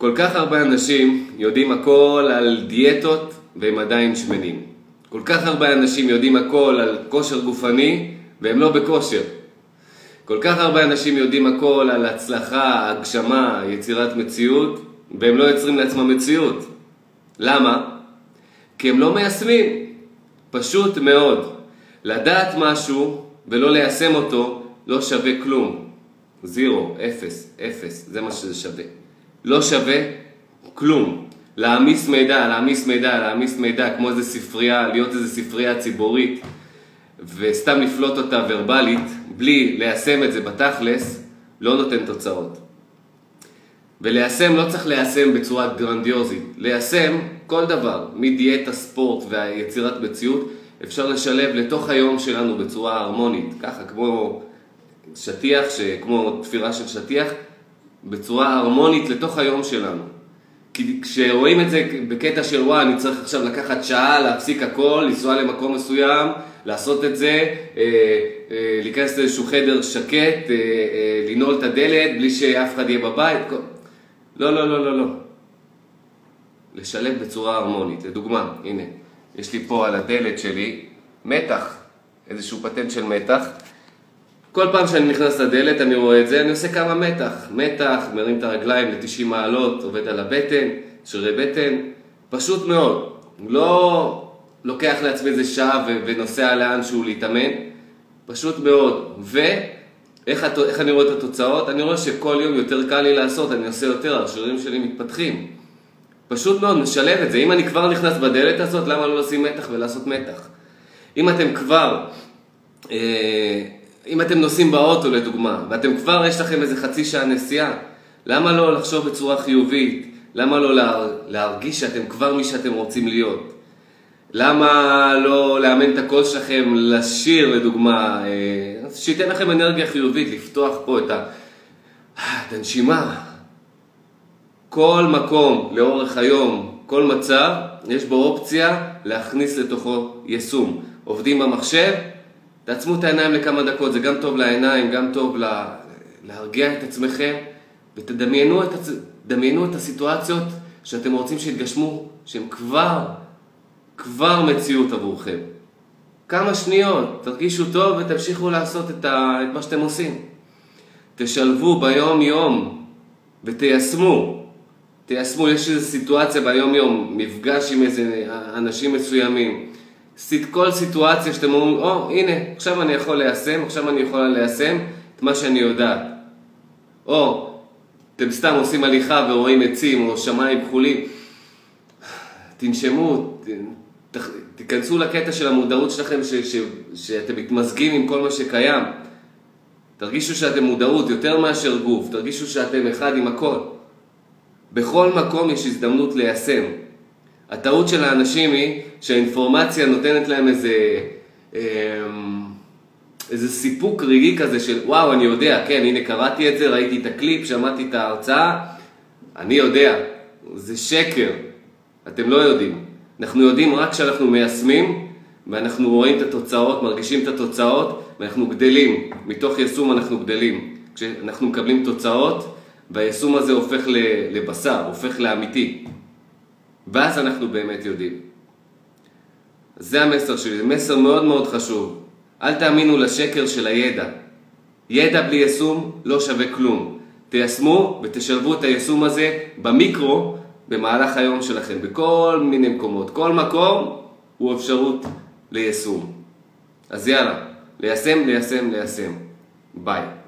כל כך הרבה אנשים יודעים הכל על דיאטות והם עדיין שמנים. כל כך הרבה אנשים יודעים הכל על כושר גופני והם לא בכושר. כל כך הרבה אנשים יודעים הכל על הצלחה, הגשמה, יצירת מציאות, והם לא יוצרים לעצמם מציאות. למה? כי הם לא מיישמים. פשוט מאוד. לדעת משהו ולא ליישם אותו לא שווה כלום. 0, 0, 0, זה מה שזה שווה. לא שווה כלום. להעמיס מידע, כמו איזה ספרייה, להיות איזה ספרייה ציבורית, וסתם לפלוט אותה ורבלית, בלי ליישם את זה בתכלס, לא נותן תוצאות. וליישם לא צריך ליישם בצורה גרנדיוזית. ליישם כל דבר, מדיאטה, ספורט והיצירת מציאות, אפשר לשלב לתוך היום שלנו בצורה הרמונית. ככה, כמו שטיח, כמו תפירה של שטיח, בצורה הרמונית לתוך היום שלנו. כי כשרואים את זה בקטע של וואי, אני צריך עכשיו לקחת שעה, להפסיק הכל, לנסוע למקום מסוים, לעשות את זה, להיכנס לאיזשהו חדר שקט, לנעול את הדלת בלי שאף אחד יהיה בבית. לא. לשלב בצורה הרמונית. לדוגמה, הנה, יש לי פה על הדלת שלי מתח, איזשהו פטנט של מתח. כל פעם שאני נכנס לדלת אני רואה את זה, אני עושה כמה מתח, מרים את הרגליים ל-90 מעלות, עובד על הבטן, שרירי בטן, פשוט מאוד. לא לוקח לעצמי איזה שעה ונוסע לאן שהוא להתאמן, פשוט מאוד. ואיך אני רואה את התוצאות? אני רואה שכל יום יותר קל לי לעשות, אני עושה יותר, השרירים שלי מתפתחים. פשוט מאוד, משלב את זה. אם אני כבר נכנס בדלת הזאת, למה לא לשים מתח ולעשות מתח? אם אתם נוסעים באוטו לדוגמה, ואתם כבר יש לכם איזה חצי שעה נסיעה, למה לא לחשוב בצורה חיובית? למה לא להרגיש שאתם כבר מי שאתם רוצים להיות? למה לא לאמן את הקול שלכם לשיר לדוגמה? שייתן לכם אנרגיה חיובית, לפתוח פה את הנשימה. כל מקום לאורך היום, כל מצב, יש בו אופציה להכניס לתוכו יישום. עובדים במחשב, תעצמו את העיניים לכמה דקות, זה גם טוב לעיניים, גם טוב להרגיע את עצמכם, ותדמיינו את הסיטואציות שאתם רוצים שיתגשמו, שהן כבר מציאות עבורכם. כמה שניות, תרגישו טוב ותמשיכו לעשות את מה שאתם עושים. תשלבו ביום יום ותיישמו. יש איזו סיטואציה ביום יום, מפגש עם איזה אנשים מסוימים. כל סיטואציה שאתם אומרים, הנה, עכשיו אני יכול ליישם את מה שאני יודעת. או, אתם סתם עושים הליכה ורואים עצים או שמיים כחולים. תנשמו, תיכנסו לקטע של המודעות שלכם שאתם מתמזגים עם כל מה שקיים. תרגישו שאתם מודעות יותר מאשר גוף, תרגישו שאתם אחד עם הכל. בכל מקום יש הזדמנות ליישם. הטעות של האנשים היא שהאינפורמציה נותנת להם איזה סיפוק רגעי כזה של וואו, אני יודע, כן, הנה קראתי את זה, ראיתי את הקליפ, שמעתי את ההרצאה, אני יודע. זה שקר. אתם לא יודעים. אנחנו יודעים רק כשאנחנו מיישמים, ואנחנו רואים את התוצאות, מרגישים את התוצאות, ואנחנו גדלים. מתוך יישום אנחנו גדלים. כשאנחנו מקבלים תוצאות, והיישום הזה הופך לבשר, הופך לאמיתי. ואז אנחנו באמת יודעים. זה המסר שלי, זה מסר מאוד מאוד חשוב. אל תאמינו לשקר של הידע. ידע בלי יישום לא שווה כלום. תיישמו ותשלבו את היישום הזה במיקרו, במהלך היום שלכם, בכל מיני מקומות. כל מקום הוא אפשרות ליישום. אז יאללה, ליישם. ביי.